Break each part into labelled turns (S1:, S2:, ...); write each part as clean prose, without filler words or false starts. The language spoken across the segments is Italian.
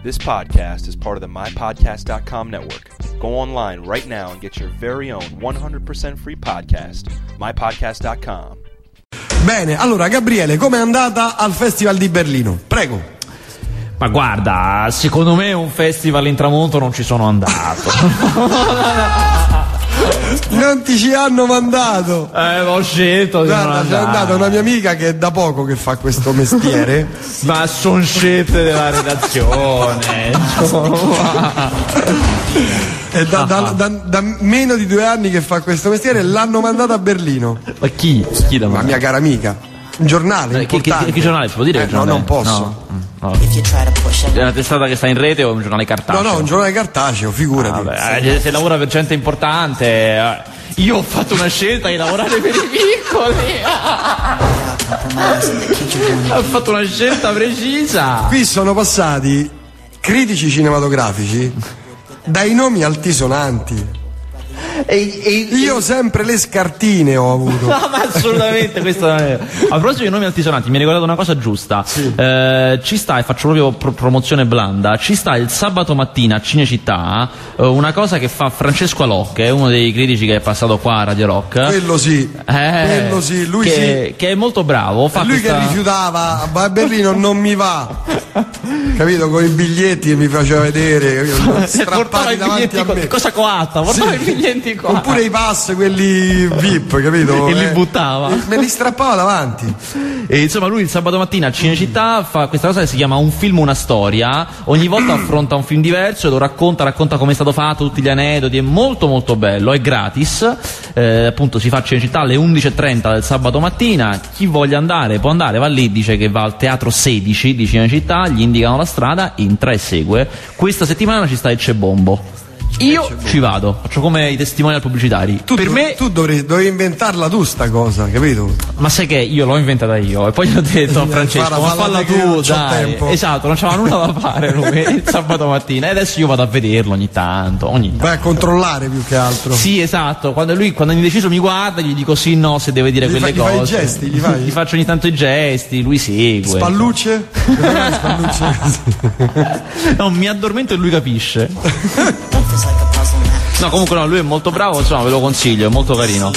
S1: This podcast is part of the MyPodcast.com network. Go online right now and get your very own 100% free podcast, MyPodcast.com.
S2: Bene, allora Gabriele, com'è andata al Festival di Berlino? Prego.
S3: Ma guarda, secondo me un festival in tramonto non ci sono andato.
S2: Non ti ci hanno mandato.
S3: Ho scelto di
S2: Guarda,
S3: non
S2: c'è
S3: andare.
S2: andata una mia amica che è da poco che fa questo mestiere.
S3: Ma sono scelte della redazione.
S2: È da meno di 2 anni che fa questo mestiere e l'hanno mandata a Berlino.
S3: Ma chi? Chi da
S2: La mia cara amica. Un giornale importante.
S3: Che giornale? Si può dire? Che
S2: No,
S3: giornale?
S2: non posso.
S3: No. È una testata che sta in rete o un giornale cartaceo?
S2: No, un giornale cartaceo, figurati.
S3: Vabbè, se lavora per gente importante. Io ho fatto una scelta di lavorare per i piccoli. Ho fatto una scelta precisa.
S2: Qui sono passati critici cinematografici dai nomi altisonanti. Io sempre le scartine ho avuto.
S3: No, ma assolutamente questo non è. A proposito di nomi altisonanti, mi hai ricordato una cosa giusta.
S2: Sì.
S3: Ci sta, e faccio proprio promozione blanda, ci sta il sabato mattina a Cinecittà una cosa che fa Francesco Alò, che è uno dei critici che è passato qua a Radio Rock.
S2: Quello sì, lui
S3: che è molto bravo. Fa
S2: lui
S3: questa...
S2: che rifiutava, a Berlino non mi va, capito, con i biglietti che mi faceva vedere, capito? Strappati davanti a me.
S3: Cosa coatta? Portava i biglietti qua.
S2: Oppure i pass, quelli VIP, capito?
S3: E li buttava.
S2: Me li strappava davanti.
S3: E insomma lui il sabato mattina a Cinecittà fa questa cosa che si chiama Un film, una storia. Ogni volta affronta un film diverso e lo racconta come è stato fatto, tutti gli aneddoti. È molto molto bello, è gratis. Appunto si fa a Cinecittà alle 11:30 del sabato mattina. Chi voglia andare può andare, va lì, dice che va al Teatro 16 di Cinecittà, gli indicano la strada, entra e segue. Questa settimana ci sta il Cebombo. Io ci vado, faccio come i testimonial pubblicitari. Per me
S2: tu dovevi inventarla tu sta cosa, capito?
S3: Ma sai che io l'ho inventata io e poi gli ho detto a Francesco ma falla tu, dai.
S2: Tempo.
S3: Esatto, non c'aveva nulla da fare lui il sabato mattina e adesso io vado a vederlo ogni tanto.
S2: Vai a controllare più che altro.
S3: Sì, esatto, quando è indeciso mi guarda, gli dico sì, no, se deve dire quelle cose.
S2: Gli fai i gesti,
S3: gli faccio ogni tanto i gesti, lui segue.
S2: Spallucce?
S3: No, mi addormento e lui capisce. No, comunque no, lui è molto bravo, insomma ve lo consiglio, è molto carino.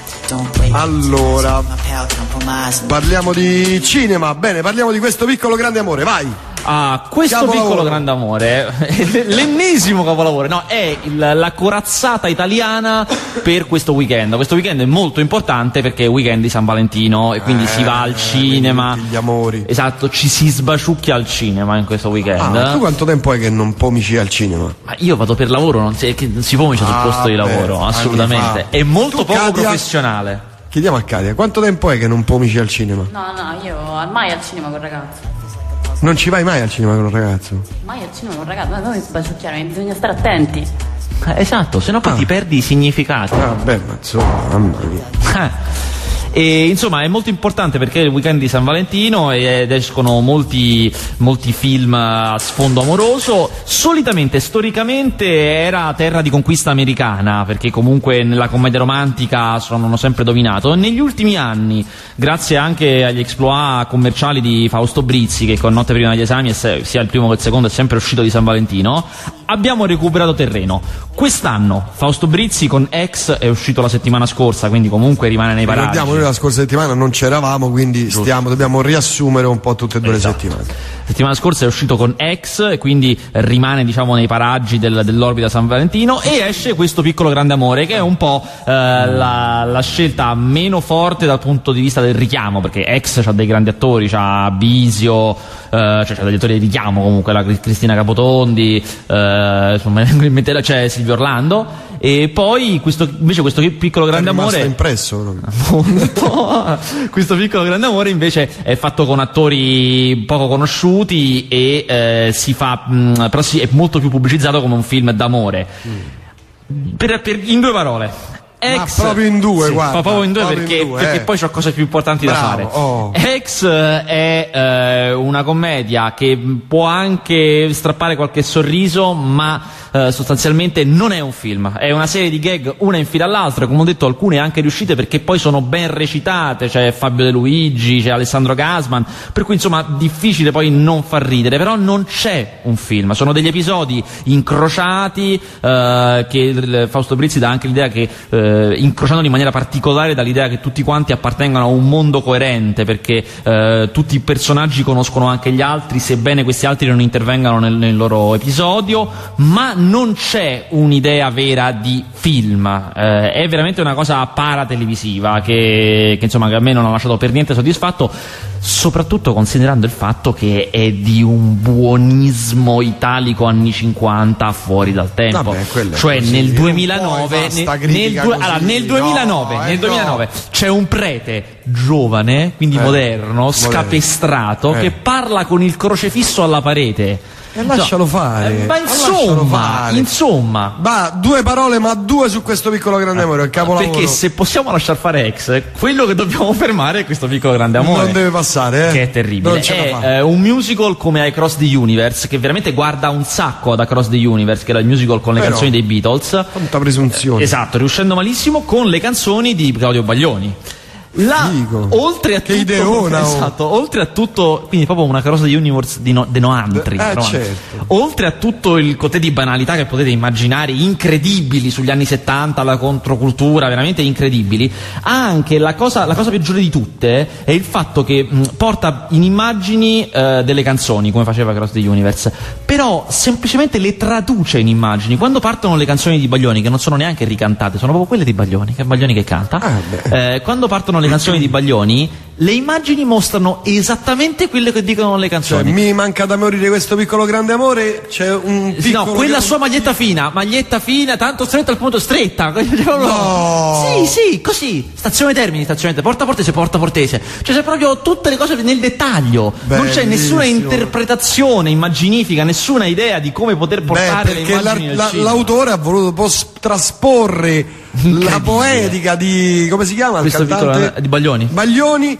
S2: Allora, parliamo di cinema, bene, parliamo di Questo piccolo grande amore, vai!
S3: Ah, Questo
S2: capolavoro.
S3: Piccolo grande amore, l'ennesimo capolavoro, no, è la corazzata italiana per questo weekend. Questo weekend è molto importante perché è il weekend di San Valentino e quindi si va al cinema.
S2: Gli amori.
S3: Esatto, ci si sbaciucchia al cinema in questo weekend.
S2: Tu quanto tempo è che non pomici al cinema?
S3: Ma io vado per lavoro, non si pomicia sul posto di lavoro, assolutamente. È molto poco professionale.
S2: Chiediamo a Katia, quanto tempo è che non pomici al cinema?
S4: No, io mai al cinema con ragazzo.
S2: Non ci vai mai al cinema con un ragazzo?
S4: Mai al cinema con un ragazzo? Ma noi sbaciucchiamo, bisogna stare attenti.
S3: Esatto, se no poi ti perdi i significati.
S2: Beh, ma insomma, mamma mia.
S3: E insomma è molto importante perché è il weekend di San Valentino ed escono molti film a sfondo amoroso. Solitamente, storicamente era terra di conquista americana perché comunque nella commedia romantica hanno sempre dominato. Negli ultimi anni, grazie anche agli exploit commerciali di Fausto Brizzi, che con Notte prima degli esami, sia il primo che il secondo, è sempre uscito di San Valentino, abbiamo recuperato terreno. Quest'anno Fausto Brizzi con Ex è uscito la settimana scorsa, quindi comunque rimane nei paraggi.
S2: Ricordiamo, noi la scorsa settimana non c'eravamo, quindi dobbiamo riassumere un po' tutte e due le settimane.
S3: La settimana scorsa è uscito con Ex e quindi rimane nei paraggi dell'orbita San Valentino, e esce Questo piccolo grande amore, che è un po' la scelta meno forte dal punto di vista del richiamo, perché Ex c'ha dei grandi attori, c'ha Bisio, c'ha degli attori di richiamo comunque, la Cristina Capotondi, insomma c'è Silvio Orlando. E poi questo piccolo grande amore
S2: è impresso
S3: questo piccolo grande amore invece è fatto con attori poco conosciuti e però è molto più pubblicizzato come un film d'amore. In 2 parole, X,
S2: ma proprio in due,
S3: sì,
S2: guarda.
S3: proprio in due
S2: proprio
S3: perché,
S2: in due,
S3: perché poi c'ho cose più importanti da fare. X è una commedia che può anche strappare qualche sorriso, ma sostanzialmente non è un film, è una serie di gag una in fila all'altra, come ho detto alcune anche riuscite perché poi sono ben recitate, c'è Fabio De Luigi, c'è Alessandro Gasman, per cui insomma difficile poi non far ridere, però non c'è un film, sono degli episodi incrociati che Fausto Brizzi dà anche l'idea che incrociandoli in maniera particolare dall'idea che tutti quanti appartengano a un mondo coerente, perché tutti i personaggi conoscono anche gli altri, sebbene questi altri non intervengano nel loro episodio, ma non c'è un'idea vera di film, è veramente una cosa paratelevisiva che insomma che a me non ha lasciato per niente soddisfatto, soprattutto considerando il fatto che è di un buonismo italico anni 50 fuori dal tempo.
S2: Vabbè,
S3: cioè
S2: così,
S3: nel 2009 nel 2009 c'è un prete giovane, quindi moderno, scapestrato, che parla con il crocefisso alla parete.
S2: Lascialo fare.
S3: Ma insomma.
S2: Va, 2 parole, ma 2 su questo piccolo grande amore, il capolavoro.
S3: Perché se possiamo lasciar fare X, quello che dobbiamo fermare è questo piccolo grande amore.
S2: Non deve passare,
S3: che è terribile. È un musical come Across the Universe, che veramente guarda un sacco ad Across the Universe, che era il musical con le canzoni dei Beatles.
S2: Quanta presunzione.
S3: Esatto, riuscendo malissimo con le canzoni di Claudio Baglioni. Oltre a
S2: che
S3: tutto,
S2: ideona,
S3: oltre a tutto, quindi proprio una cosa di Universe di Noantri,
S2: certo.
S3: Oltre a tutto il cotè di banalità che potete immaginare, incredibili sugli anni 70, la controcultura, veramente incredibili, ha anche la cosa peggiore di tutte è il fatto che porta in immagini delle canzoni, come faceva Cross the Universe, però semplicemente le traduce in immagini. Quando partono le canzoni di Baglioni, che non sono neanche ricantate, sono proprio quelle di Baglioni, che è Baglioni che canta, quando partono le canzoni di Baglioni, le immagini mostrano esattamente quello che dicono le canzoni.
S2: Cioè, mi manca da morire questo piccolo grande amore, c'è un piccolo...
S3: No, quella sua maglietta fina, tanto stretta al punto stretta.
S2: No!
S3: Sì, così. Stazione Termini, Porta Portese. Cioè, c'è proprio tutte le cose nel dettaglio.
S2: Bellissimo.
S3: Non c'è nessuna interpretazione immaginifica, nessuna idea di come poter portare le immagini nel cinema.
S2: L'autore ha voluto trasporre la poetica di, come si chiama?
S3: Questo
S2: il cantante?
S3: Di Baglioni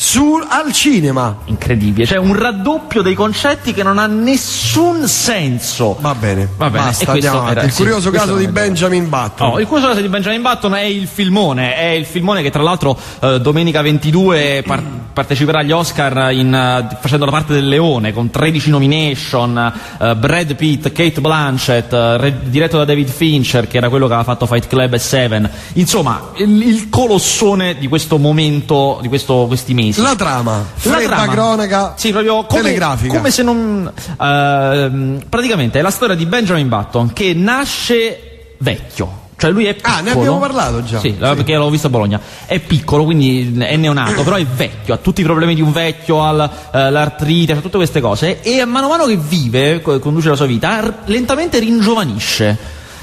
S2: al cinema.
S3: Incredibile, cioè un raddoppio dei concetti che non ha nessun senso.
S2: Va bene, basta, andiamo avanti. Il curioso caso di Benjamin Button.
S3: Il curioso caso di Benjamin Button è il filmone che tra l'altro domenica 22 parteciperà agli Oscar facendo la parte del leone con 13 nomination, Brad Pitt, Kate Blanchett, diretto da David Fincher, che era quello che aveva fatto Fight Club e Seven. Insomma, il colossone di questo momento, di questi mesi.
S2: La trama, cronaca,
S3: sì, proprio
S2: telegrafica.
S3: Come se non. Praticamente è la storia di Benjamin Button che nasce vecchio. Cioè lui è piccolo.
S2: Ne abbiamo parlato già.
S3: Sì, perché l'avevo visto a Bologna. È piccolo, quindi è neonato, però è vecchio, ha tutti i problemi di un vecchio, l'artrite, cioè tutte queste cose. E man mano che vive, conduce la sua vita, lentamente ringiovanisce.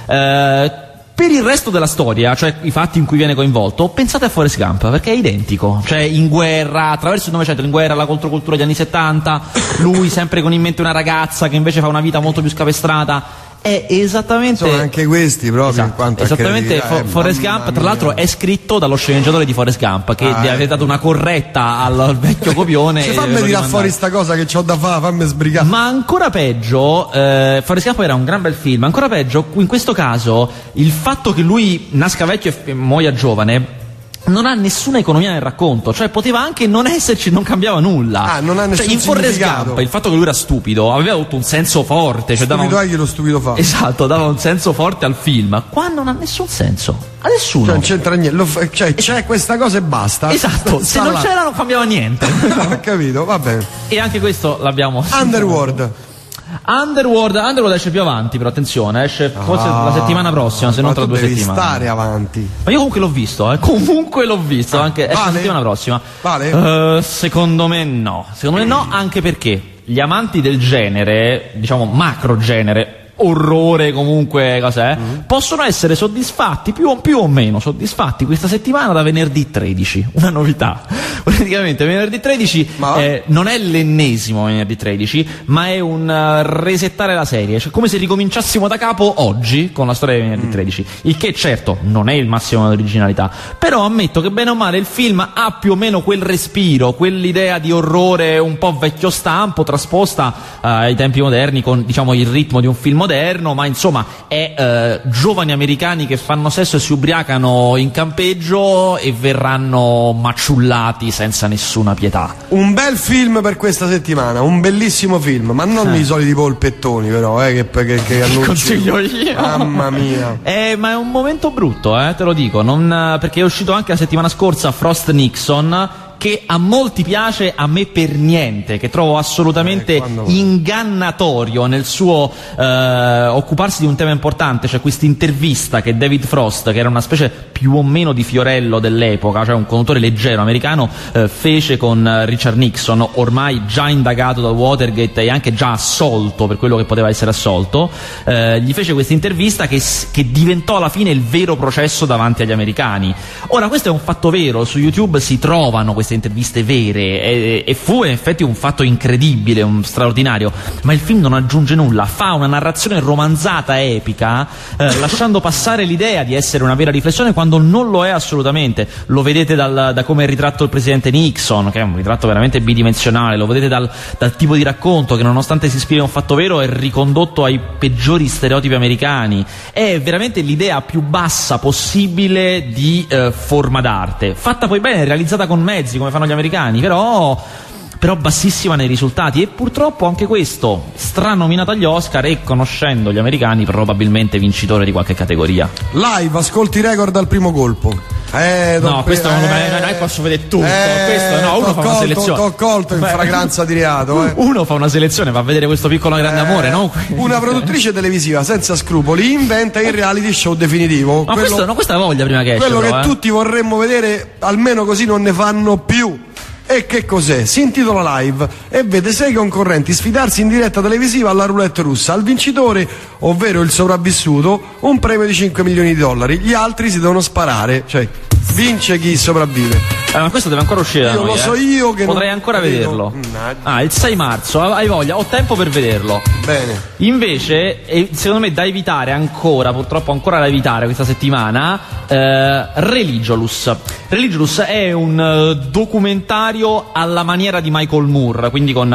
S3: Per il resto della storia, cioè i fatti in cui viene coinvolto, pensate a Forrest Gump, perché è identico. Cioè in guerra, attraverso il Novecento, in guerra, la controcultura degli anni 70, lui sempre con in mente una ragazza che invece fa una vita molto più scapestrata. È esattamente.
S2: Sono anche questi proprio,
S3: esatto,
S2: in quanto
S3: esattamente Forrest Gump, tra l'altro è scritto dallo sceneggiatore di Forrest Gump, che deve aver dato una corretta al vecchio copione.
S2: Fammi tirare fuori sta cosa che c'ho da fare, fammi sbrigare.
S3: Ma ancora peggio, Forrest Gump era un gran bel film, ancora peggio in questo caso il fatto che lui nasca vecchio e muoia giovane non ha nessuna economia nel racconto, cioè poteva anche non esserci, non cambiava nulla.
S2: Non ha nessun
S3: in Forrest
S2: significato.
S3: Gump il fatto che lui era stupido aveva avuto un senso forte, cioè
S2: lo stupido fa.
S3: Esatto, dava un senso forte al film. Qua non ha nessun senso, a nessuno.
S2: Cioè, non c'entra niente, c'è questa cosa e basta.
S3: Esatto, se non c'era non cambiava niente.
S2: Ho capito, va bene.
S3: E anche questo l'abbiamo. Underworld esce più avanti, però attenzione, esce forse la settimana prossima, se non tra 2 settimane.
S2: Devi stare avanti.
S3: Ma io comunque l'ho visto, anche esce la settimana prossima.
S2: Vale?
S3: Secondo me no, anche perché gli amanti del genere, diciamo macro genere, orrore, comunque cos'è, possono essere soddisfatti più o meno soddisfatti questa settimana da venerdì 13. Una novità, praticamente venerdì 13 non è l'ennesimo venerdì 13, ma è un resettare la serie, cioè come se ricominciassimo da capo oggi con la storia di venerdì 13, il che certo non è il massimo dell'originalità, però ammetto che bene o male il film ha più o meno quel respiro, quell'idea di orrore un po' vecchio stampo trasposta ai tempi moderni con, diciamo, il ritmo di un film moderno, ma insomma è giovani americani che fanno sesso e si ubriacano in campeggio e verranno maciullati senza nessuna pietà. Un
S2: bel film per questa settimana, un bellissimo film, ma non i soliti polpettoni però che annunci.
S3: Consiglio io,
S2: mamma mia.
S3: Ma è un momento brutto, te lo dico, perché è uscito anche la settimana scorsa Frost Nixon, che a molti piace, a me per niente, che trovo assolutamente ingannatorio nel suo occuparsi di un tema importante, cioè questa intervista che David Frost, che era una specie più o meno di Fiorello dell'epoca, cioè un conduttore leggero americano, fece con Richard Nixon, ormai già indagato dal Watergate e anche già assolto per quello che poteva essere assolto, gli fece questa intervista che diventò alla fine il vero processo davanti agli americani. Ora, questo è un fatto vero, su YouTube si trovano queste interviste vere e fu in effetti un fatto incredibile, un straordinario, ma il film non aggiunge nulla, fa una narrazione romanzata epica, lasciando passare l'idea di essere una vera riflessione quando non lo è assolutamente. Lo vedete da come è ritratto il presidente Nixon, che è un ritratto veramente bidimensionale, lo vedete dal tipo di racconto che, nonostante si ispiri a un fatto vero, è ricondotto ai peggiori stereotipi americani. È veramente l'idea più bassa possibile di forma d'arte, fatta poi bene, realizzata con mezzi come fanno gli americani, però bassissima nei risultati, e purtroppo anche questo stranominato agli Oscar e, conoscendo gli americani, probabilmente vincitore di qualche categoria.
S2: Live, ascolti record al primo colpo.
S3: No, questo non posso vedere tutto. Questo no, uno fa una selezione.
S2: T'ho colto in fragranza di reato.
S3: Uno fa una selezione, va a vedere questo piccolo grande amore, no?
S2: Una produttrice televisiva senza scrupoli inventa il reality show definitivo.
S3: Ma questa è la voglia prima che esce.
S2: Quello che tutti vorremmo vedere, almeno così non ne fanno più. E che cos'è? Si intitola Live e vede 6 concorrenti sfidarsi in diretta televisiva alla roulette russa. Al vincitore, ovvero il sopravvissuto, un premio di $5 milioni. Gli altri si devono sparare, cioè vince chi sopravvive.
S3: Ma questo deve ancora uscire da noi.
S2: Lo so io che
S3: potrei ancora vederlo. Il 6 marzo, hai voglia, ho tempo per vederlo.
S2: Bene.
S3: Invece, secondo me da evitare ancora, purtroppo ancora da evitare questa settimana, Religious. Religious è un documentario alla maniera di Michael Moore, quindi con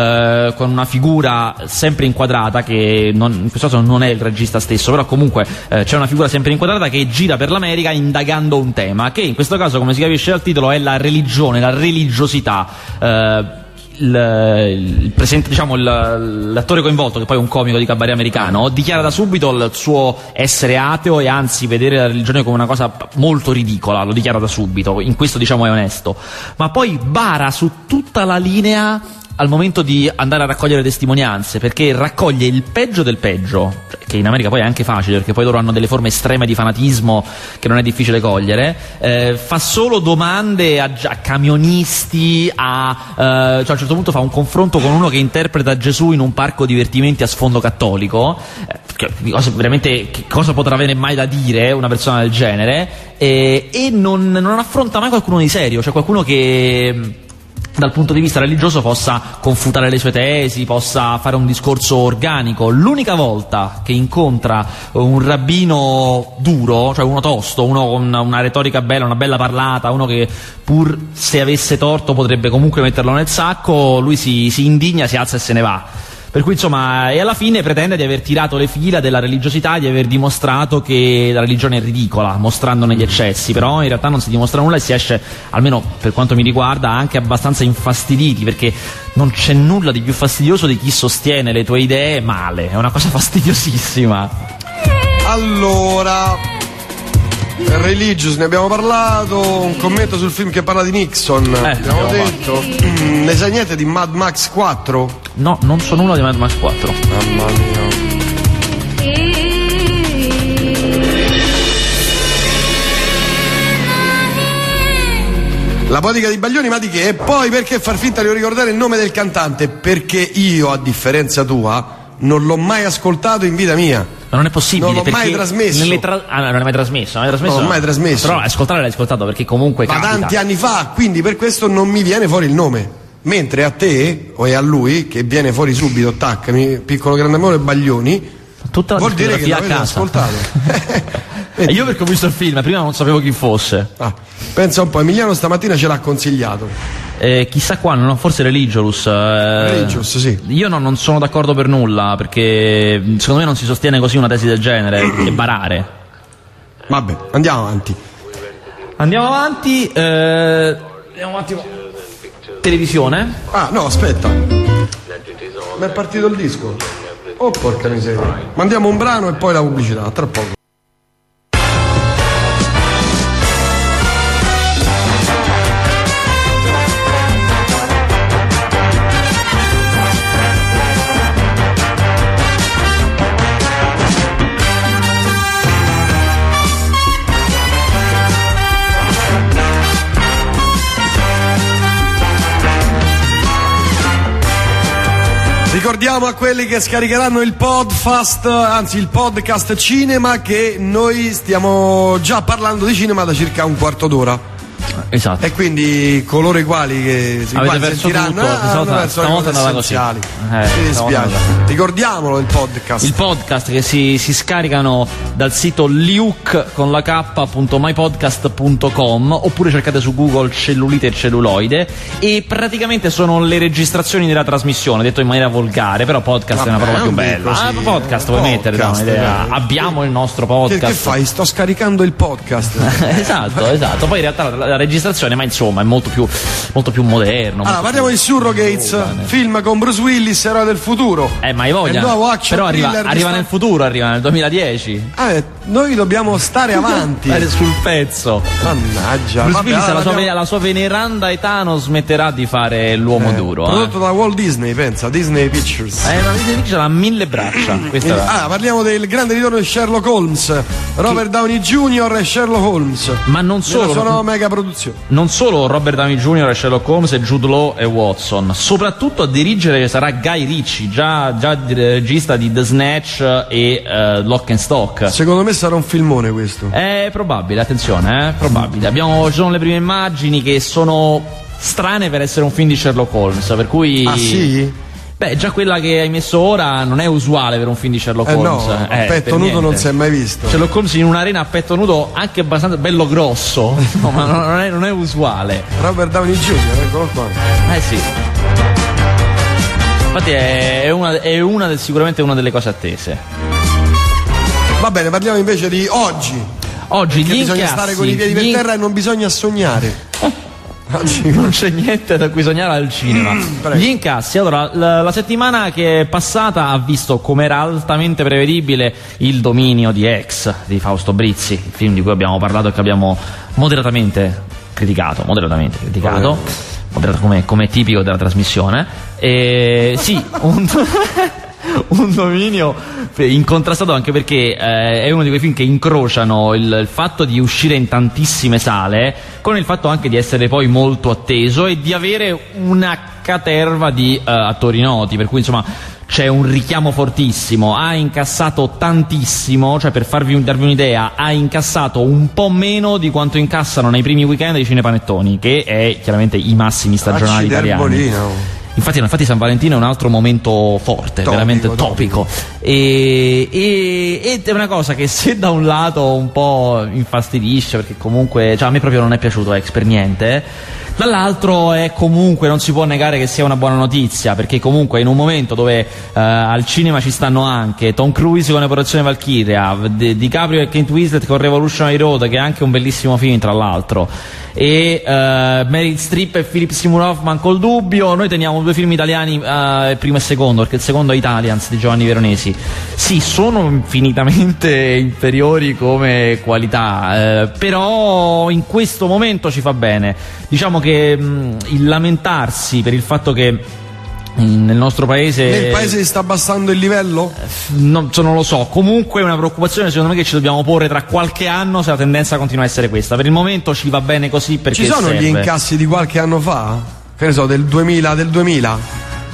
S3: una figura sempre inquadrata, che in questo caso non è il regista stesso, però comunque c'è una figura sempre inquadrata che gira per l'America indagando un tema, che in questo caso, come si capisce dal titolo, è la religione, la religiosità. L'attore coinvolto, che poi è un comico di cabaret americano, dichiara da subito il suo essere ateo e anzi vedere la religione come una cosa molto ridicola, lo dichiara da subito, in questo diciamo è onesto, ma poi bara su tutta la linea al momento di andare a raccogliere testimonianze, perché raccoglie il peggio del peggio, che in America poi è anche facile perché poi loro hanno delle forme estreme di fanatismo che non è difficile cogliere, fa solo domande a camionisti, cioè a un certo punto fa un confronto con uno che interpreta Gesù in un parco divertimenti a sfondo cattolico, veramente che cosa potrà avere mai da dire una persona del genere, e non affronta mai qualcuno di serio, cioè qualcuno che dal punto di vista religioso possa confutare le sue tesi, possa fare un discorso organico. L'unica volta che incontra un rabbino duro, cioè uno tosto, uno con una retorica bella, una bella parlata, uno che pur se avesse torto potrebbe comunque metterlo nel sacco, lui si indigna, si alza e se ne va. Per cui insomma, e alla fine pretende di aver tirato le fila della religiosità, di aver dimostrato che la religione è ridicola, mostrandone gli eccessi, però in realtà non si dimostra nulla e si esce, almeno per quanto mi riguarda, anche abbastanza infastiditi, perché non c'è nulla di più fastidioso di chi sostiene le tue idee male, è una cosa fastidiosissima.
S2: Allora, Religious ne abbiamo parlato, un commento sul film che parla di Nixon, abbiamo detto. Ne sai niente di Mad Max 4?
S3: No, non so nulla di Mad Max 4.
S2: Mamma mia. La poetica di Baglioni, ma di che? E poi perché far finta di ricordare il nome del cantante? Perché io, a differenza tua, non l'ho mai ascoltato in vita mia.
S3: Ma non è possibile,
S2: non l'ho
S3: perché
S2: mai trasmesso.
S3: non l'hai mai trasmesso.
S2: Non l'ho mai trasmesso.
S3: Però ascoltare l'hai ascoltato, perché comunque
S2: ma
S3: capita.
S2: tanti anni fa, quindi per questo non mi viene fuori il nome. Mentre a te o a lui, che viene fuori subito, tac, Piccolo Grande Amore Baglioni,
S3: tutta la
S2: vuol dire che
S3: discografia
S2: l'avete
S3: a casa.
S2: ascoltato.
S3: E io perché ho visto il film, prima non sapevo chi fosse.
S2: Pensa un po', Emiliano stamattina ce l'ha consigliato.
S3: Chissà quando, forse Religious.
S2: Religious, sì.
S3: Io non sono d'accordo per nulla, perché secondo me non si sostiene così una tesi del genere. È barare.
S2: Vabbè, andiamo avanti.
S3: Vediamo un attimo. Televisione.
S2: No, aspetta. Mi è partito il disco. Oh, porca miseria. Mandiamo un brano e poi la pubblicità, tra poco. Ricordiamo a quelli che scaricheranno il podcast cinema, che noi stiamo già parlando di cinema da circa un quarto d'ora.
S3: Esatto.
S2: E quindi coloro i quali che sentiranno
S3: stavolta è andata così.
S2: Mi dispiace. Ricordiamolo il podcast.
S3: Il podcast che si scaricano dal sito liuk con la k.mypodcast.com, oppure cercate su Google Cellulite e Celluloide, e praticamente sono le registrazioni della trasmissione, detto in maniera volgare, però podcast è una parola più bella. Podcast puoi mettere, da un'idea. Abbiamo il nostro podcast.
S2: Che fai? Sto scaricando il podcast.
S3: esatto. Poi in realtà la registrazione, ma insomma, è molto più moderno.
S2: Allora, parliamo di Surrogates, film con Bruce Willis, eroe del futuro.
S3: Ma hai voglia. Però arriva nel futuro, arriva nel 2010.
S2: Noi dobbiamo stare avanti.
S3: Stare sul pezzo.
S2: Mannaggia.
S3: Bruce Willis alla sua veneranda età non smetterà di fare l'uomo duro.
S2: Prodotto da Walt Disney, pensa, Disney Pictures.
S3: Ma Disney Pictures ha 1000 braccia.
S2: Parliamo del grande ritorno di Sherlock Holmes. Robert Downey Jr. e Sherlock Holmes.
S3: Ma non solo.
S2: Sono mega produzioni.
S3: Non solo Robert Downey Jr. e Sherlock Holmes e Jude Law e Watson, soprattutto a dirigere sarà Guy Ritchie, già regista di The Snatch e Lock and Stock.
S2: Secondo me sarà un filmone questo.
S3: È probabile, attenzione, probabile. Ci sono le prime immagini che sono strane per essere un film di Sherlock Holmes, per cui...
S2: Ah sì?
S3: Beh, già quella che hai messo ora non è usuale per un film di Sherlock Holmes.
S2: No, a petto nudo non si è mai visto.
S3: Sherlock Holmes in un'arena a petto nudo, anche abbastanza bello grosso. No, ma non è usuale.
S2: Robert Downey Jr., eccolo qua.
S3: Sì. Infatti è sicuramente una delle cose attese.
S2: Va bene, parliamo invece di oggi.
S3: Perché
S2: bisogna stare con i piedi per terra e non bisogna sognare.
S3: Non c'è niente da cui sognare al cinema. Gli incassi. Allora, la settimana che è passata ha visto, come era altamente prevedibile, il dominio di X di Fausto Brizzi, il film di cui abbiamo parlato e che abbiamo moderatamente criticato, come tipico della trasmissione. Sì, un dominio incontrastato, anche perché è uno di quei film che incrociano il fatto di uscire in tantissime sale con il fatto anche di essere poi molto atteso e di avere una caterva di attori noti, per cui insomma c'è un richiamo fortissimo. Ha incassato tantissimo, cioè per darvi un'idea, ha incassato un po' meno di quanto incassano nei primi weekend di Cinepanettoni, che è chiaramente i massimi stagionali italiani. Infatti San Valentino è un altro momento forte, veramente topico. Ed è una cosa che, se da un lato un po' infastidisce, perché comunque a me proprio non è piaciuto X per niente, dall'altro è comunque, non si può negare che sia una buona notizia, perché comunque in un momento dove al cinema ci stanno anche Tom Cruise con Operazione Valkyria, DiCaprio e Kate Winslet con Revolutionary Road, che è anche un bellissimo film tra l'altro, e Meryl Streep e Philip Seymour Hoffman col Dubbio, noi teniamo due film italiani, primo e secondo, perché il secondo è Italians di Giovanni Veronesi. Sì, sono infinitamente inferiori come qualità, però in questo momento ci fa bene. Diciamo che il lamentarsi per il fatto che nel nostro paese,
S2: nel paese si sta abbassando il livello?
S3: Non lo so. Comunque è una preoccupazione secondo me che ci dobbiamo porre tra qualche anno, se la tendenza continua a essere questa. Per il momento ci va bene così, perché
S2: ci sono
S3: serve.
S2: Gli incassi di qualche anno fa? Che ne so, del 2000?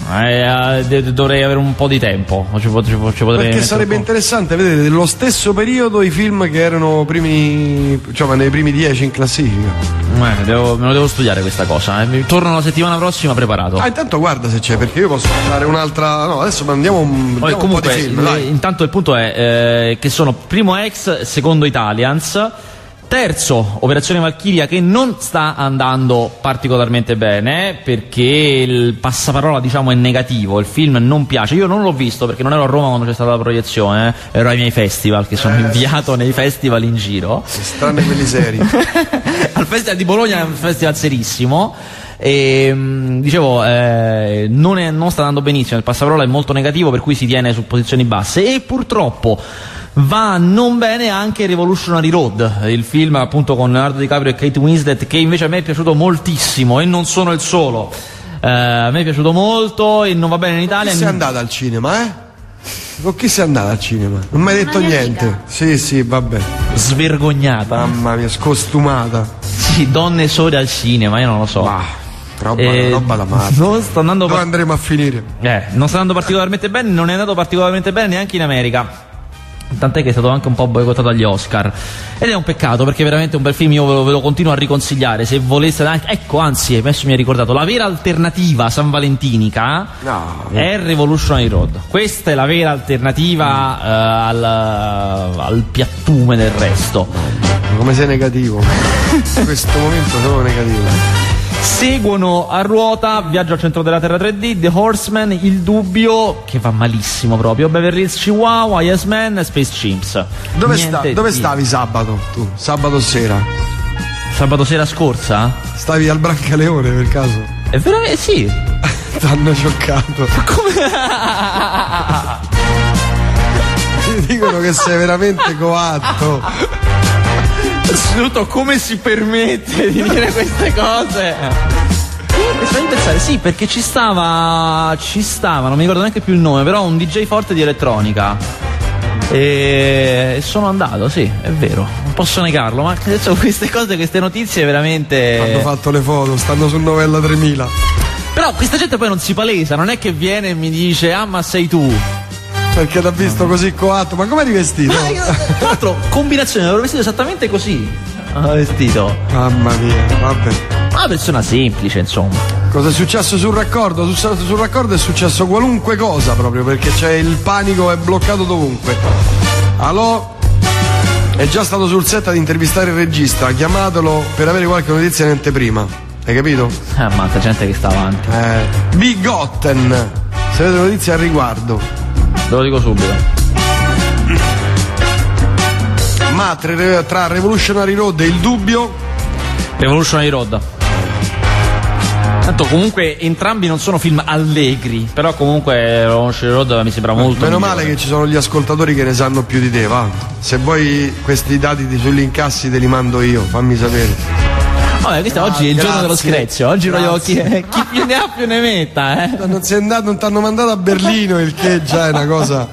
S3: Dovrei avere un po' di tempo. Ci
S2: perché sarebbe interessante vedere dello stesso periodo i film che erano primi, cioè nei primi 10 in classifica.
S3: Me lo devo studiare questa cosa. Torno la settimana prossima preparato.
S2: Intanto guarda se c'è, perché io posso fare un'altra. No, adesso andiamo un po' di film.
S3: Intanto il punto è che sono primo Ex, secondo Italians. Terzo, Operazione Valchiria, che non sta andando particolarmente bene perché il passaparola, diciamo, è negativo. Il film non piace. Io non l'ho visto perché non ero a Roma quando c'è stata la proiezione, ero ai miei festival, che sono inviato nei festival in giro.
S2: Tranne quelli seri.
S3: Al Festival di Bologna è un festival serissimo. E dicevo, non sta andando benissimo. Il passaparola è molto negativo, per cui si tiene su posizioni basse. E purtroppo va non bene anche Revolutionary Road, il film appunto con Leonardo DiCaprio e Kate Winslet, che invece a me è piaciuto moltissimo, e non sono il solo. A me è piaciuto molto e non va bene in Italia.
S2: Chi sei andata al cinema, Con chi sei andata al cinema? Non mi hai detto niente.
S4: Amica.
S2: Sì, vabbè.
S3: Svergognata.
S2: Mamma mia, scostumata.
S3: Sì, donne sole al cinema, io non lo so.
S2: Roba da male.
S3: Non sta andando.
S2: Dove andremo a finire?
S3: Non sta andando particolarmente bene, non è andato particolarmente bene neanche in America. Tant'è che è stato anche un po' boicottato agli Oscar. Ed è un peccato, perché è veramente un bel film. Io ve lo continuo a riconsigliare. Se voleste, ecco, anzi, adesso mi ha ricordato, la vera alternativa sanvalentinica è Revolutionary Road. Questa è la vera alternativa al piattume del resto.
S2: Come sei negativo. In questo momento sono negativo.
S3: Seguono a ruota Viaggio al centro della Terra 3D, The Horseman, Il Dubbio, che va malissimo proprio, Beverly Hills Chihuahua, Yes Man, Space Chimps.
S2: Dove stavi sabato tu? Sabato sera?
S3: Sabato sera scorsa?
S2: Stavi al Brancaleone per caso?
S3: È veramente sì.
S2: T'hanno scioccato.
S3: Come?
S2: Mi dicono che sei veramente coatto.
S3: Innanzitutto, come si permette di dire queste cose? Mi fai pensare, sì, perché ci stava, non mi ricordo neanche più il nome, però un DJ forte di elettronica. E sono andato, sì, è vero, non posso negarlo, ma adesso queste cose, queste notizie veramente.
S2: Hanno fatto le foto, stanno sul Novella 3000.
S3: Però questa gente poi non si palesa, non è che viene e mi dice ma sei tu.
S2: Perché l'ha visto così coatto, ma come eri vestito?
S3: Tra l'altro, combinazione, ero vestito esattamente così. Vestito.
S2: Mamma mia, vabbè.
S3: Una persona semplice, insomma.
S2: Cosa è successo sul raccordo? Sul raccordo è successo qualunque cosa, proprio perché c'è il panico, è bloccato dovunque. Allo? È già stato sul set ad intervistare il regista, chiamatelo per avere qualche notizia in anteprima. Hai capito?
S3: Ammazza, gente che sta avanti.
S2: Bigotten, se avete notizie al riguardo.
S3: Ve lo dico subito.
S2: Ma tra Revolutionary Road e Il Dubbio?
S3: Revolutionary Road. Tanto comunque entrambi non sono film allegri, però comunque Revolutionary Road mi sembra molto
S2: meno
S3: migliore.
S2: Male che ci sono gli ascoltatori che ne sanno più di te, va. Se vuoi questi dati sugli incassi te li mando io, fammi sapere.
S3: Vabbè, questo oggi è il giorno dello screzio. Oggi voglio chi più ne ha più ne metta,
S2: Non sei andato, non ti hanno mandato a Berlino, il che già è una cosa.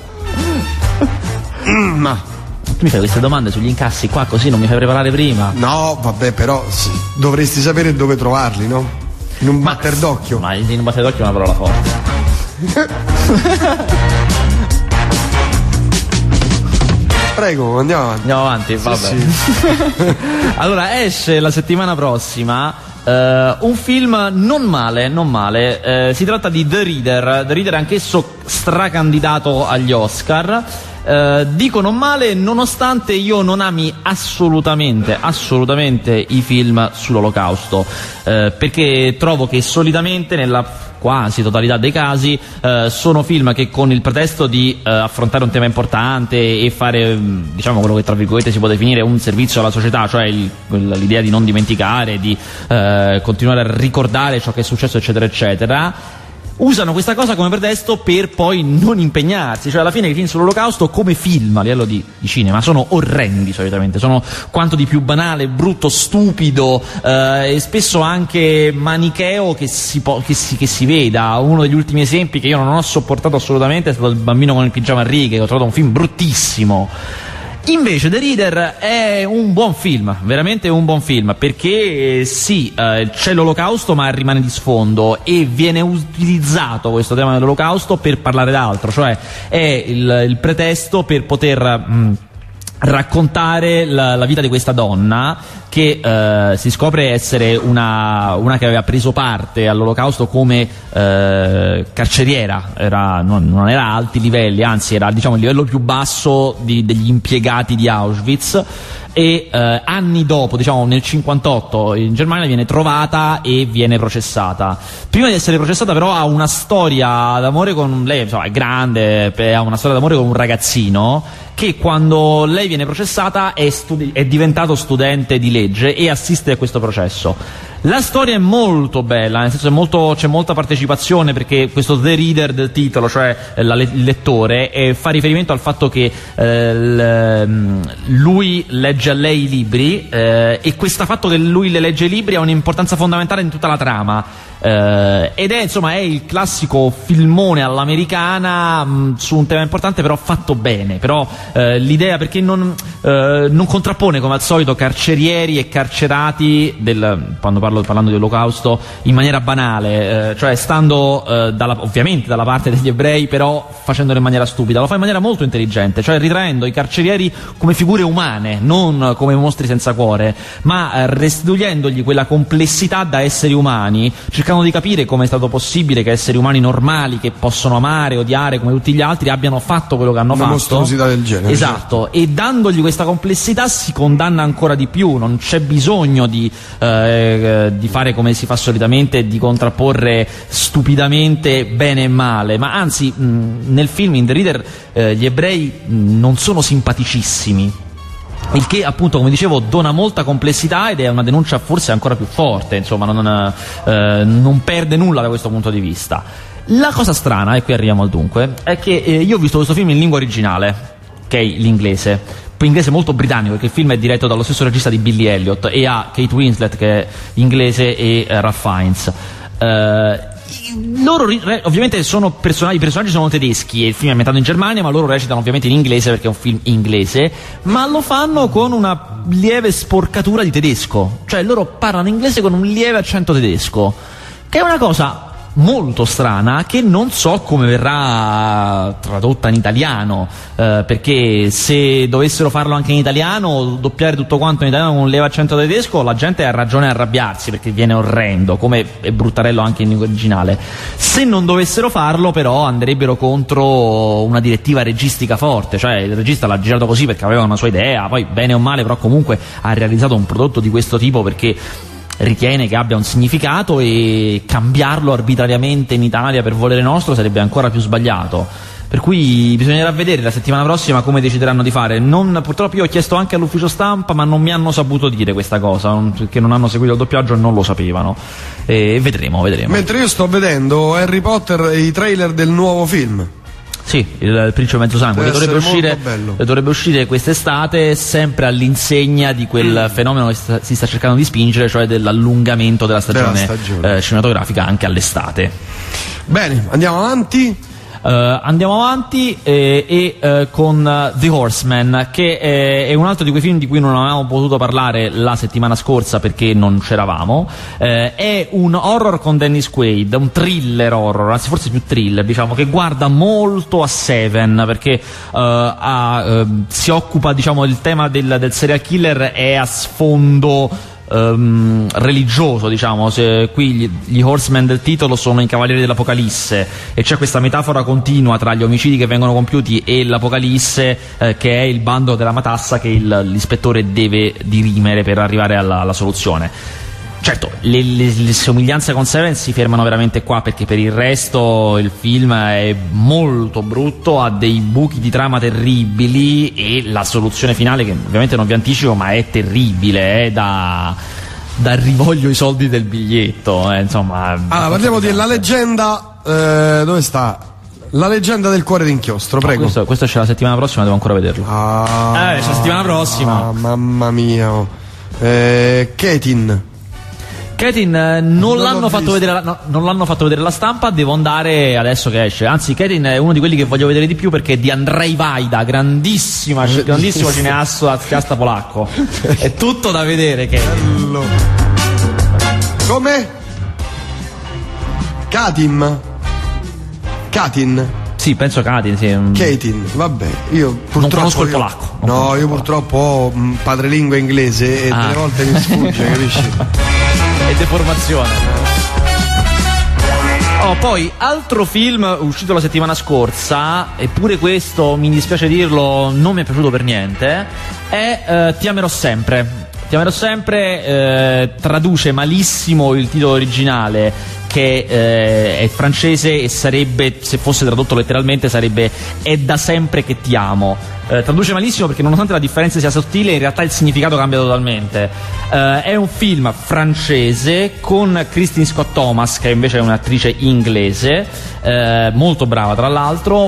S2: Ma
S3: tu mi fai queste domande sugli incassi qua così, non mi fai preparare prima?
S2: No, vabbè, però dovresti sapere dove trovarli, no? In un batter d'occhio.
S3: Ma in un batter d'occhio è una parola forte.
S2: Prego, andiamo avanti.
S3: Vabbè. Sì. Allora, esce la settimana prossima un film non male. Si tratta di The Reader, anch'esso stracandidato agli Oscar. Dico non male nonostante io non ami assolutamente i film sull'Olocausto, perché trovo che solitamente nella quasi totalità dei casi sono film che con il pretesto di affrontare un tema importante e fare diciamo quello che tra virgolette si può definire un servizio alla società, cioè l'idea di non dimenticare, di continuare a ricordare ciò che è successo eccetera eccetera, usano questa cosa come pretesto per poi non impegnarsi. Cioè alla fine i film sull'Olocausto come film a livello di cinema sono orrendi solitamente, sono quanto di più banale, brutto, stupido e spesso anche manicheo che si veda. Uno degli ultimi esempi che io non ho sopportato assolutamente è stato Il bambino con il pigiama a righe, che ho trovato un film bruttissimo. Invece The Reader è un buon film, veramente un buon film, perché sì, c'è l'Olocausto ma rimane di sfondo e viene utilizzato questo tema dell'Olocausto per parlare d'altro, cioè è il pretesto per poter raccontare la vita di questa donna che si scopre essere una che aveva preso parte all'Olocausto come carceriera, non era a alti livelli, anzi era, diciamo, il livello più basso degli impiegati di Auschwitz, e anni dopo, diciamo nel 58, in Germania viene trovata e viene processata. Prima di essere processata però ha una storia d'amore con lei, insomma, è grande, ha una storia d'amore con un ragazzino che quando lei viene processata è diventato studente di legge e assiste a questo processo. La storia è molto bella, nel senso c'è molta partecipazione, perché questo The Reader del titolo, cioè il lettore, fa riferimento al fatto che lui legge a lei i libri, e questo fatto che lui le legge i libri ha un'importanza fondamentale in tutta la trama. Ed è, insomma, è il classico filmone all'americana su un tema importante, però fatto bene. Però l'idea, perché non contrappone come al solito carcerieri e carcerati parlando di Olocausto in maniera banale, cioè stando ovviamente dalla parte degli ebrei, però facendolo in maniera stupida. Lo fa in maniera molto intelligente, cioè ritraendo i carcerieri come figure umane, non come mostri senza cuore, ma restituendogli quella complessità da esseri umani, cercando di capire come è stato possibile che esseri umani normali, che possono amare, odiare come tutti gli altri, abbiano fatto quello che hanno fatto. Una
S2: mostruosità del genere.
S3: Esatto, e dandogli questa complessità si condanna ancora di più. Non c'è bisogno di fare come si fa solitamente, di contrapporre stupidamente bene e male, ma anzi nel film, in The Reader, gli ebrei non sono simpaticissimi, il che, appunto, come dicevo, dona molta complessità ed è una denuncia forse ancora più forte, insomma, non perde nulla da questo punto di vista. La cosa strana, e qui arriviamo al dunque, è che io ho visto questo film in lingua originale, che è l'inglese, inglese molto britannico, perché il film è diretto dallo stesso regista di Billy Elliot e ha Kate Winslet, che è inglese, e Ralph Fiennes. Loro ovviamente i personaggi sono tedeschi e il film è ambientato in Germania, ma loro recitano ovviamente in inglese perché è un film inglese, ma lo fanno con una lieve sporcatura di tedesco, cioè loro parlano inglese con un lieve accento tedesco, che è una cosa molto strana, che non so come verrà tradotta in italiano, perché se dovessero farlo anche in italiano, doppiare tutto quanto in italiano con un lieve accento tedesco, la gente ha ragione a arrabbiarsi, perché viene orrendo, come è bruttarello anche in lingua originale. Se non dovessero farlo, però, andrebbero contro una direttiva registica forte, cioè il regista l'ha girato così perché aveva una sua idea, poi bene o male però comunque ha realizzato un prodotto di questo tipo perché ritiene che abbia un significato, e cambiarlo arbitrariamente in Italia per volere nostro sarebbe ancora più sbagliato. Per cui bisognerà vedere la settimana prossima come decideranno di fare. Purtroppo io ho chiesto anche all'ufficio stampa, ma non mi hanno saputo dire questa cosa, perché non hanno seguito il doppiaggio e non lo sapevano. E vedremo.
S2: Mentre io sto vedendo Harry Potter e i trailer del nuovo film.
S3: Sì, il Principe Mezzo Sangue, dovrebbe uscire quest'estate, sempre all'insegna di quel fenomeno che si sta cercando di spingere, cioè dell'allungamento della stagione. Cinematografica anche all'estate.
S2: Bene, andiamo avanti.
S3: Con The Horseman, che è un altro di quei film di cui non avevamo potuto parlare la settimana scorsa perché non c'eravamo. È un horror con Dennis Quaid, un thriller horror, anzi forse più thriller, diciamo, che guarda molto a Seven, perché si occupa, diciamo, il tema del serial killer è a sfondo religioso, diciamo. Qui gli Horsemen del titolo sono i cavalieri dell'Apocalisse, e c'è questa metafora continua tra gli omicidi che vengono compiuti e l'Apocalisse, che è il bando della matassa che l'ispettore deve dirimere per arrivare alla soluzione. Certo, le somiglianze con Seven si fermano veramente qua, perché per il resto il film è molto brutto, ha dei buchi di trama terribili, e la soluzione finale, che ovviamente non vi anticipo, ma è terribile, da rivoglio i soldi del biglietto, insomma.
S2: Allora, parliamo della leggenda, dove sta? La leggenda del cuore d'inchiostro, prego.
S3: Questo c'è la settimana prossima, devo ancora vederlo. C'è la settimana prossima.
S2: Mamma mia. Ketin.
S3: Ketin non l'hanno fatto vedere non l'hanno fatto vedere alla stampa, devo andare adesso che esce. Anzi, Ketin è uno di quelli che voglio vedere di più, perché è di Andrzej Wajda, grandissimo cineasta polacco. È tutto da vedere, Ketin.
S2: Come? Katin?
S3: Sì, penso Katin, sì.
S2: Katin, vabbè, io purtroppo
S3: non conosco il polacco.
S2: Io purtroppo ho padrelingua inglese e delle volte mi sfugge, capisci?
S3: E deformazione. Poi altro film uscito la settimana scorsa, eppure questo mi dispiace dirlo non mi è piaciuto per niente, è Ti amerò sempre. Ti amerò sempre traduce malissimo il titolo originale, che è francese e sarebbe, se fosse tradotto letteralmente, sarebbe È da sempre che ti amo. Traduce malissimo perché, nonostante la differenza sia sottile, in realtà il significato cambia totalmente. È un film francese con Kristin Scott Thomas, che invece è un'attrice inglese, molto brava tra l'altro,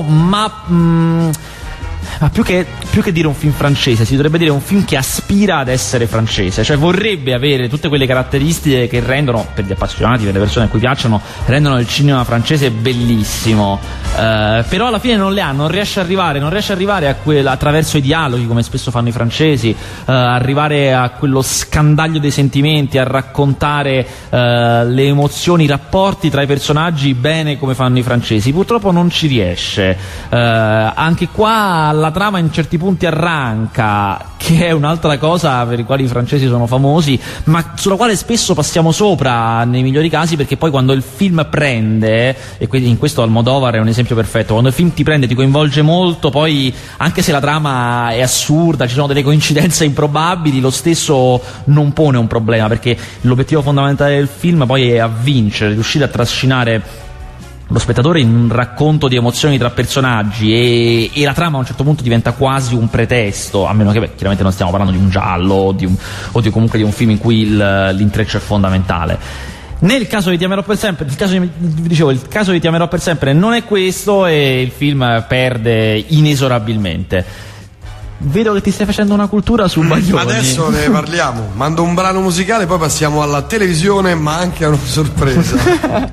S3: ma più che dire un film francese, si dovrebbe dire un film che aspira ad essere francese, cioè vorrebbe avere tutte quelle caratteristiche che rendono, per gli appassionati, per le persone a cui piacciono, rendono il cinema francese bellissimo, però alla fine non le ha, non riesce a arrivare a attraverso i dialoghi, come spesso fanno i francesi, arrivare a quello scandaglio dei sentimenti, a raccontare le emozioni, i rapporti tra i personaggi bene come fanno i francesi. Purtroppo non ci riesce. Anche qua la trama in certi punti arranca, che è un'altra cosa per i quali i francesi sono famosi, ma sulla quale spesso passiamo sopra nei migliori casi, perché poi quando il film prende, e quindi in questo Almodovar è un esempio perfetto, quando il film ti prende, ti coinvolge molto, poi anche se la trama è assurda, ci sono delle coincidenze improbabili, lo stesso non pone un problema, perché l'obiettivo fondamentale del film poi è a vincere, riuscire a trascinare lo spettatore in un racconto di emozioni tra personaggi, e la trama a un certo punto diventa quasi un pretesto, a meno che chiaramente non stiamo parlando di un giallo o comunque di un film in cui l'intreccio è fondamentale. Nel caso di Ti amerò per sempre, il caso di Ti amerò per sempre non è questo, e il film perde inesorabilmente. Vedo che ti stai facendo una cultura su Baglioni.
S2: Adesso ne parliamo, mando un brano musicale, poi passiamo alla televisione, ma anche a una sorpresa.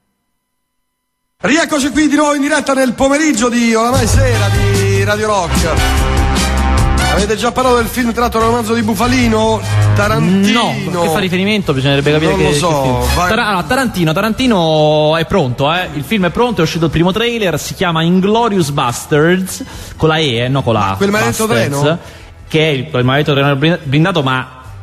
S2: Rieccoci qui di nuovo in diretta nel pomeriggio di Oramai Sera di Radio Rock. Avete già parlato del film tratto dal romanzo di Bufalino? Tarantino?
S3: No, che fa riferimento? Bisognerebbe capire
S2: non
S3: che
S2: lo so.
S3: Tarantino è pronto, il film è pronto, è uscito il primo trailer, si chiama Inglourious Basterds, con la E, no con la A.
S2: Quel maledetto treno?
S3: Che è quel maledetto treno blindato, ma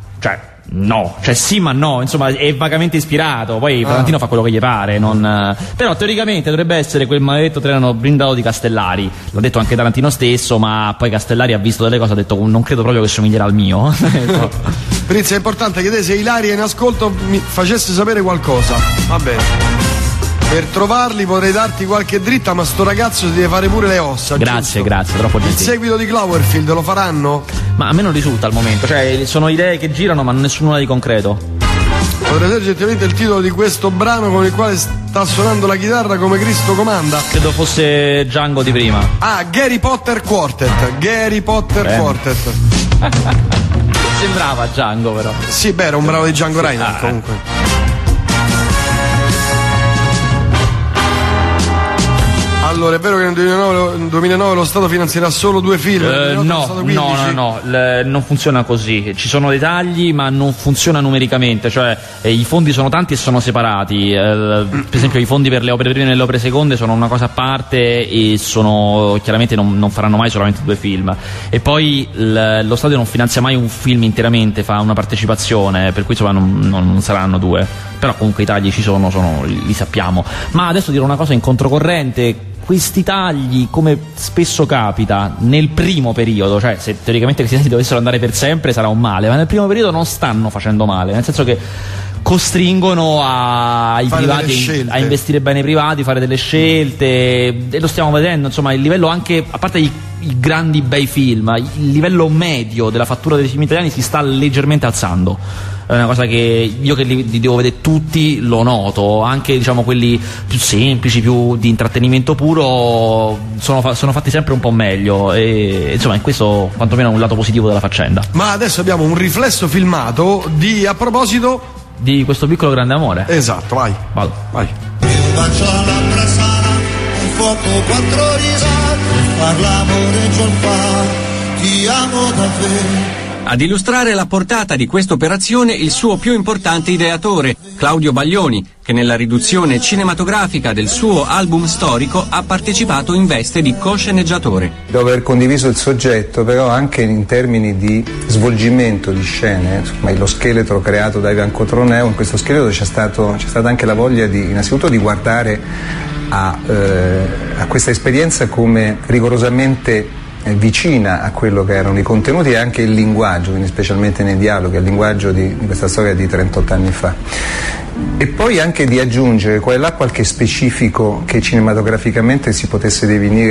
S3: sì ma no, insomma è vagamente ispirato, poi Tarantino fa quello che gli pare, però teoricamente dovrebbe essere quel maledetto treno blindato di Castellari, l'ha detto anche Tarantino stesso, ma poi Castellari ha visto delle cose, ha detto non credo proprio che somiglierà al mio.
S2: Prinz, è importante che te, se Ilaria è in ascolto, mi facesse sapere qualcosa, va bene. Per trovarli potrei darti qualche dritta, ma sto ragazzo si deve fare pure le ossa.
S3: Grazie, troppo gentile.
S2: Il seguito di Cloverfield lo faranno?
S3: Ma a me non risulta al momento, cioè sono idee che girano ma nessuna di concreto.
S2: Potrei sapere gentilmente il titolo di questo brano con il quale sta suonando la chitarra come Cristo comanda?
S3: Credo fosse Django di prima.
S2: Gary Potter Quartet. Quartet.
S3: Sembrava Django, però.
S2: Sì, era un brano di Django Reinhardt comunque. Allora, è vero che nel 2009 lo Stato finanzierà solo 2 film?
S3: No, non funziona così. Ci sono dei tagli, ma non funziona numericamente, cioè i fondi sono tanti e sono separati. Per esempio, i fondi per le opere prime e le opere seconde sono una cosa a parte e chiaramente non faranno mai solamente 2 film. E poi lo Stato non finanzia mai un film interamente, fa una partecipazione, per cui insomma non saranno 2. Però comunque i tagli ci sono, li sappiamo. Ma adesso dirò una cosa in controcorrente. Questi tagli, come spesso capita, nel primo periodo, cioè se teoricamente questi tagli dovessero andare per sempre sarà un male, ma nel primo periodo non stanno facendo male, nel senso che costringono ai privati a investire bene i privati, fare delle scelte, e lo stiamo vedendo, insomma il livello, anche a parte i grandi bei film, il livello medio della fattura dei film italiani si sta leggermente alzando. È una cosa che io, che li devo vedere tutti, lo noto, anche diciamo quelli più semplici, più di intrattenimento puro, sono fatti sempre un po' meglio, e insomma in questo quantomeno è un lato positivo della faccenda.
S2: Ma adesso abbiamo un riflesso filmato a proposito
S3: di questo piccolo grande amore.
S2: Esatto, vai.
S3: Vado.
S2: Vai.
S5: Un bacio all'altra sala, un fuoco, 4 risate, parla amore già fa, ti amo davvero.
S6: Ad illustrare la portata di questa operazione il suo più importante ideatore, Claudio Baglioni, che nella riduzione cinematografica del suo album storico ha partecipato in veste di co-sceneggiatore.
S7: Dopo aver condiviso il soggetto, però anche in termini di svolgimento di scene, insomma, lo scheletro creato da Ivan Cotroneo, in questo scheletro c'è stata anche la voglia innanzitutto di guardare a questa esperienza come rigorosamente vicina a quello che erano i contenuti e anche il linguaggio, quindi specialmente nei dialoghi, al linguaggio di questa storia di 38 anni fa. E poi anche di aggiungere qua e là qualche specifico che cinematograficamente si potesse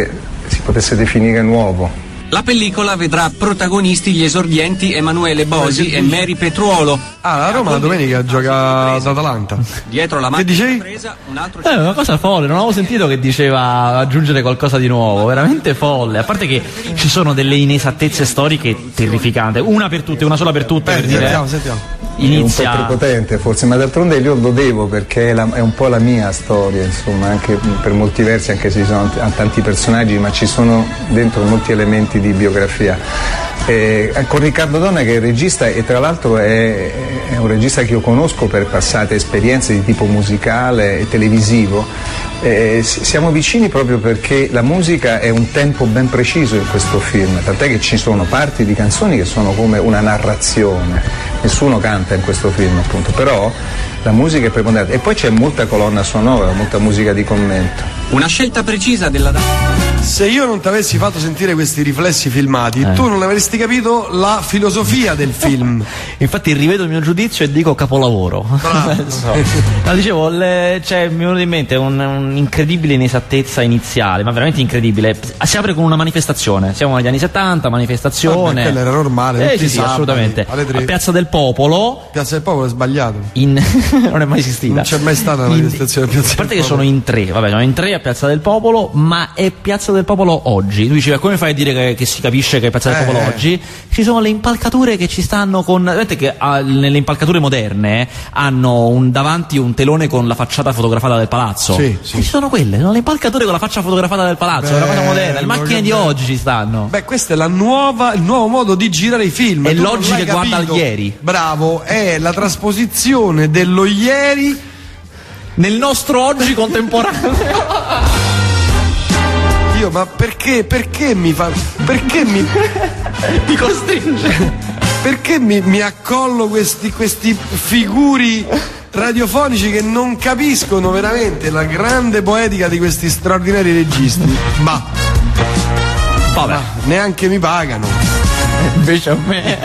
S7: definire nuovo.
S6: La pellicola vedrà protagonisti gli esordienti Emanuele Bosi e Mary Petruolo.
S2: La Roma la domenica gioca ad Atalanta.
S6: Dietro la macchina presa un altro...
S3: Una cosa folle, non avevo sentito che diceva aggiungere qualcosa di nuovo, veramente folle. A parte che ci sono delle inesattezze storiche terrificanti, una per tutte, una sola per tutte, per dire.
S2: Sentiamo.
S3: Inizia...
S7: È un po' prepotente forse, ma d'altronde io lo devo perché è un po' la mia storia, insomma, anche per molti versi, anche se ci sono tanti personaggi, ma ci sono dentro molti elementi di biografia. Con Riccardo Donna, che è il regista, e tra l'altro è un regista che io conosco per passate esperienze di tipo musicale e televisivo, siamo vicini proprio perché la musica è un tempo ben preciso in questo film, tant'è che ci sono parti di canzoni che sono come una narrazione, nessuno canta in questo film appunto, però la musica è preponderante e poi c'è molta colonna sonora, molta musica di commento.
S6: Una scelta precisa della...
S2: Se io non ti avessi fatto sentire questi riflessi filmati, tu non avresti capito la filosofia del film.
S3: Infatti rivedo il mio giudizio e dico capolavoro. No, dicevo, mi è venuto in mente un'incredibile inesattezza iniziale, ma veramente incredibile. Si apre con una manifestazione, siamo negli anni 70, manifestazione.
S2: Quello era normale.
S3: Sì, assolutamente. A Piazza del Popolo.
S2: Piazza del Popolo è sbagliato.
S3: Non è mai esistita.
S2: Non c'è mai stata una manifestazione a Piazza del Popolo.
S3: A parte che sono in tre, sono in tre a Piazza del Popolo, ma è Piazza del Popolo oggi. Tu dicevi, come fai a dire che si capisce che è Piazza del Popolo oggi? Ci sono le impalcature che ci stanno con... Vedete che nelle impalcature moderne hanno davanti un telone con la facciata fotografata del palazzo.
S2: Sì.
S3: Ci sono quelle, sono le impalcature con la faccia fotografata del palazzo, è una cosa moderna. Le macchine di oggi ci stanno.
S2: Questo è il nuovo modo di girare i film.
S3: È l'oggi che guarda al ieri.
S2: Bravo, è la trasposizione dello ieri
S3: nel nostro oggi contemporaneo.
S2: Ma perché mi
S3: costringe?
S2: Perché mi accollo questi figuri radiofonici che non capiscono veramente la grande poetica di questi straordinari registi?
S3: Vabbè,
S2: neanche mi pagano.
S3: Invece a me.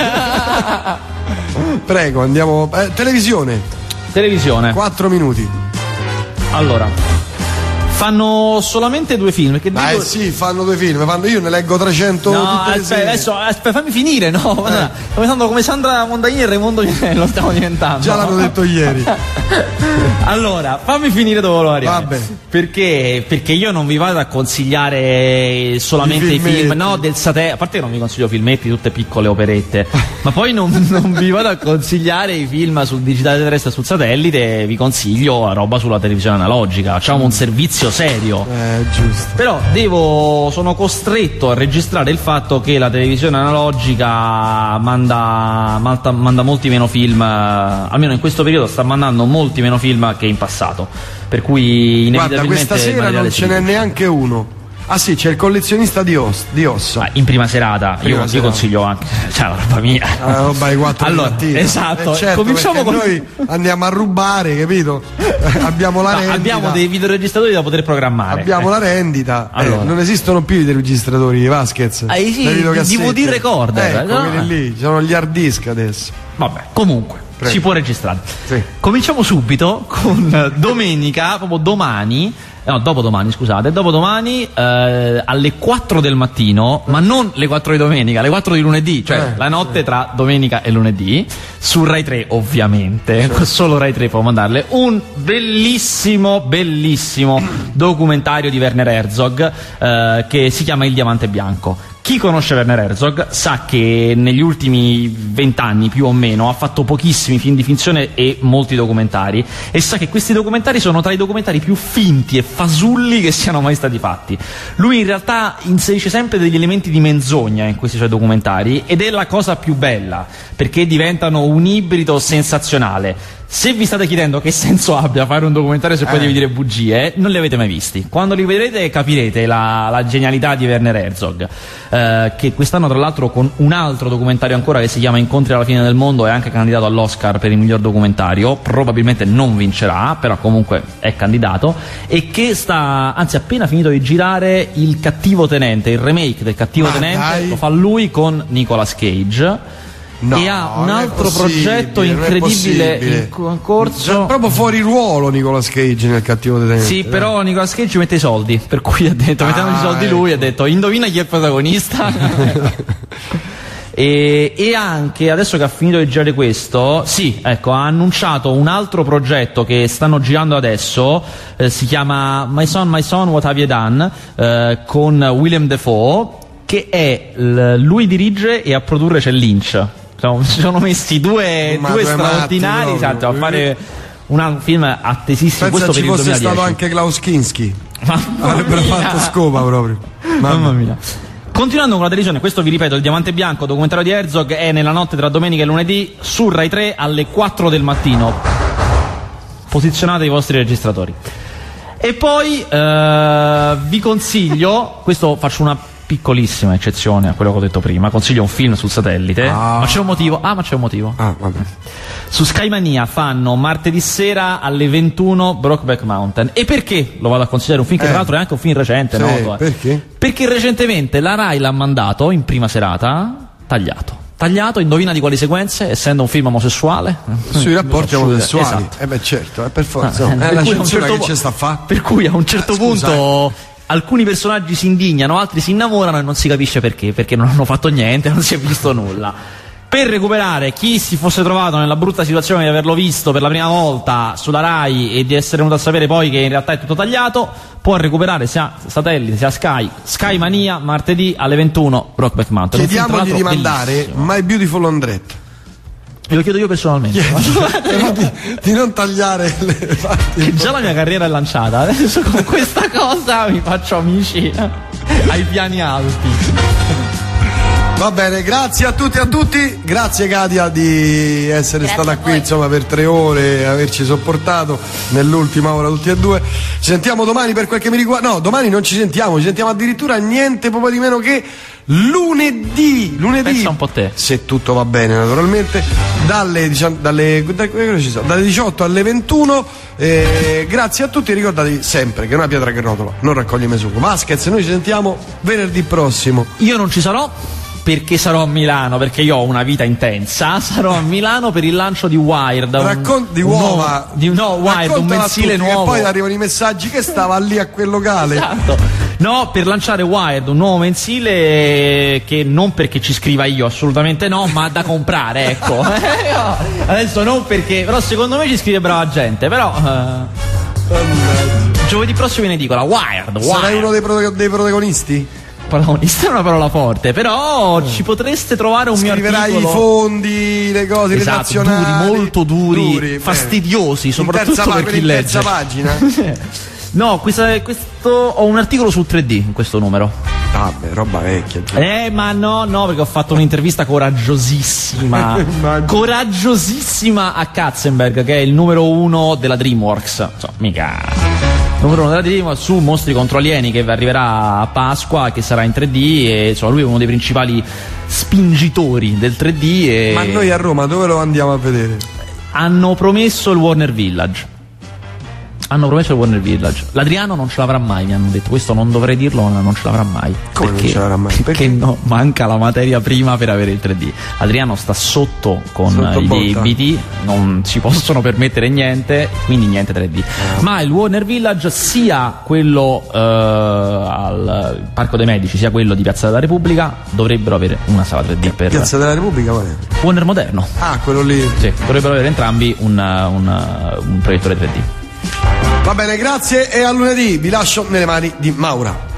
S2: Prego, andiamo. Televisione. 4 minuti.
S3: Allora, fanno solamente 2 film.
S2: Sì, fanno 2 film. Io ne leggo 300 tutte le sere.
S3: Adesso fammi finire, no? Come Sandra Mondaini e Raimondo lo stiamo diventando.
S2: Già l'hanno detto ieri.
S3: Allora, fammi finire dove volevo arrivare.
S2: Vabbè.
S3: Perché io non vi vado a consigliare solamente i film, no, del satellite. A parte che non vi consiglio filmetti, tutte piccole operette. Ma poi non vi vado a consigliare i film sul digitale terrestre, sul satellite. Vi consiglio la roba sulla televisione analogica. Facciamo un servizio serio.
S2: Giusto.
S3: Però sono costretto a registrare il fatto che la televisione analogica manda molti meno film, almeno in questo periodo sta mandando molti meno film che in passato, per cui inevitabilmente
S2: questa sera non ce n'è neanche uno. Ah sì, c'è il collezionista di ossa.
S3: In prima serata, io consiglio anche, la roba mia.
S2: La roba alle 4 di mattina.
S3: Esatto,
S2: certo, cominciamo con... Noi andiamo a rubare, capito? Abbiamo la rendita.
S3: Abbiamo dei videoregistratori da poter programmare.
S2: Abbiamo la rendita.
S3: Allora.
S2: Non esistono più i videoregistratori, Vasquez.
S3: DVD recorder.
S2: Quelli lì, ci sono gli hard disk adesso.
S3: Vabbè, comunque.
S2: Prego.
S3: Si può registrare.
S2: Sì.
S3: Cominciamo subito con domenica, proprio dopodomani, alle 4 del mattino, ma non le 4 di domenica, le 4 di lunedì, cioè la notte tra domenica e lunedì, su Rai 3 ovviamente, solo Rai 3 può mandarle, un bellissimo documentario di Werner Herzog che si chiama Il Diamante Bianco, Chi conosce Werner Herzog sa che negli ultimi 20 anni più o meno ha fatto pochissimi film di finzione e molti documentari, e sa che questi documentari sono tra i documentari più finti e fasulli che siano mai stati fatti. Lui in realtà inserisce sempre degli elementi di menzogna in questi suoi documentari, ed è la cosa più bella, perché diventano un ibrido sensazionale. Se vi state chiedendo che senso abbia fare un documentario se poi devi dire bugie, non li avete mai visti. Quando li vedrete capirete la genialità di Werner Herzog, che quest'anno tra l'altro con un altro documentario ancora che si chiama Incontri alla fine del mondo è anche candidato all'Oscar per il miglior documentario. Probabilmente non vincerà, però comunque è candidato, e che sta, anzi appena finito di girare Il cattivo tenente, il remake del cattivo tenente, dai. Lo fa lui con Nicolas Cage.
S2: No,
S3: e ha un altro progetto incredibile in corso.
S2: È proprio fuori ruolo Nicolas Cage nel cattivo tenente.
S3: Sì, però Nicolas Cage mette i soldi, per cui ha detto, mettendo i soldi lui, ha detto indovina chi è il protagonista. E anche adesso che ha finito di girare questo, sì, ecco, ha annunciato un altro progetto che stanno girando adesso, si chiama My Son, What Have You Done, con Willem Dafoe, che è lui dirige e a produrre c'è Lynch. Si sono messi due straordinari, esatto, a fare un film attesissimo.
S2: Pensa
S3: questo
S2: ci
S3: per il
S2: fosse
S3: 2010.
S2: stato anche Klaus Kinski, avrebbero fatto scopa proprio.
S3: Mamma mia. Continuando con la televisione, questo vi ripeto, Il Diamante Bianco, documentario di Herzog, è nella notte tra domenica e lunedì su Rai 3 alle 4 del mattino. Posizionate i vostri registratori. E poi vi consiglio, questo faccio una piccolissima eccezione a quello che ho detto prima, consiglio un film sul satellite, ma c'è un motivo.
S2: Vabbè.
S3: Su Sky Mania fanno martedì sera alle 21 Brokeback Mountain. E perché lo vado a consigliare? Un film che tra l'altro è anche un film recente,
S2: sì,
S3: noto.
S2: Perché?
S3: Perché recentemente la Rai l'ha mandato in prima serata tagliato, indovina di quali sequenze, essendo un film omosessuale?
S2: Sui rapporti omosessuali.
S3: Esatto.
S2: Beh certo, per forza. È la censura che ci sta a fare.
S3: Per cui a un certo punto alcuni personaggi si indignano, altri si innamorano e non si capisce perché non hanno fatto niente, non si è visto nulla. Per recuperare chi si fosse trovato nella brutta situazione di averlo visto per la prima volta sulla Rai e di essere venuto a sapere poi che in realtà è tutto tagliato, può recuperare sia satellite sia Sky Mania martedì alle 21 Brokeback Mountain.
S2: Chiediamogli di mandare
S3: bellissimo.
S2: My Beautiful Andret.
S3: Ve lo chiedo io personalmente.
S2: Però di non tagliare le parti.
S3: Che già la mia carriera è lanciata, adesso con questa cosa mi faccio amici ai piani alti.
S2: Va bene, grazie a tutti e a tutti, grazie Katia di essere stata qui insomma per 3 ore e averci sopportato nell'ultima ora tutti e due. Ci sentiamo domani per quel che mi riguarda. No, domani non ci sentiamo addirittura niente proprio di meno che lunedì.
S3: Pensa un po' te.
S2: Se tutto va bene naturalmente, dalle 18 alle 21. Grazie a tutti, ricordatevi sempre che una pietra che rotola non raccoglie mai succo. Vasquez, noi ci sentiamo venerdì prossimo.
S3: Io non ci sarò perché sarò a Milano, perché io ho una vita intensa. Sarò a Milano per il lancio di Wired, Wired, un mensile nuovo.
S2: E poi arrivano i messaggi che stava lì a quel locale.
S3: Esatto. No, per lanciare Wired, un nuovo mensile che non perché ci scriva io, assolutamente no, ma da comprare, ecco. Adesso non perché, però secondo me ci scrive brava gente, però giovedì prossimo in edicola, Wired.
S2: Sarai uno dei protagonisti?
S3: Protagonista è una parola forte, però ci potreste trovare un mio articolo.
S2: Scriverai i fondi, le cose redazionali,
S3: molto duri, fastidiosi, soprattutto per chi legge.
S2: In terza pagina?
S3: No, questo ho un articolo sul 3D in questo numero.
S2: Vabbè, roba vecchia.
S3: Ma no, perché ho fatto un'intervista coraggiosissima a Katzenberg, che è il numero 1 della DreamWorks. Numero 1 della DreamWorks su Mostri contro alieni, che arriverà a Pasqua, che sarà in 3D, e insomma lui è uno dei principali spingitori del 3D.
S2: Ma noi a Roma dove lo andiamo a vedere?
S3: Hanno promesso il Warner Village. L'Adriano non ce l'avrà mai, mi hanno detto. Questo non dovrei dirlo, ma non ce l'avrà mai.
S2: Come non ce l'avrà mai?
S3: Perché no, manca la materia prima per avere il 3D. Adriano sta sotto con i debiti, non si possono permettere niente, quindi niente 3D. Ma il Warner Village, sia quello al Parco dei Medici sia quello di Piazza della Repubblica, dovrebbero avere una sala 3D per
S2: Piazza della Repubblica, qual è?
S3: Warner Moderno.
S2: Quello lì.
S3: Sì, dovrebbero avere entrambi un proiettore 3D.
S2: Va bene, grazie, e a lunedì vi lascio nelle mani di Maura.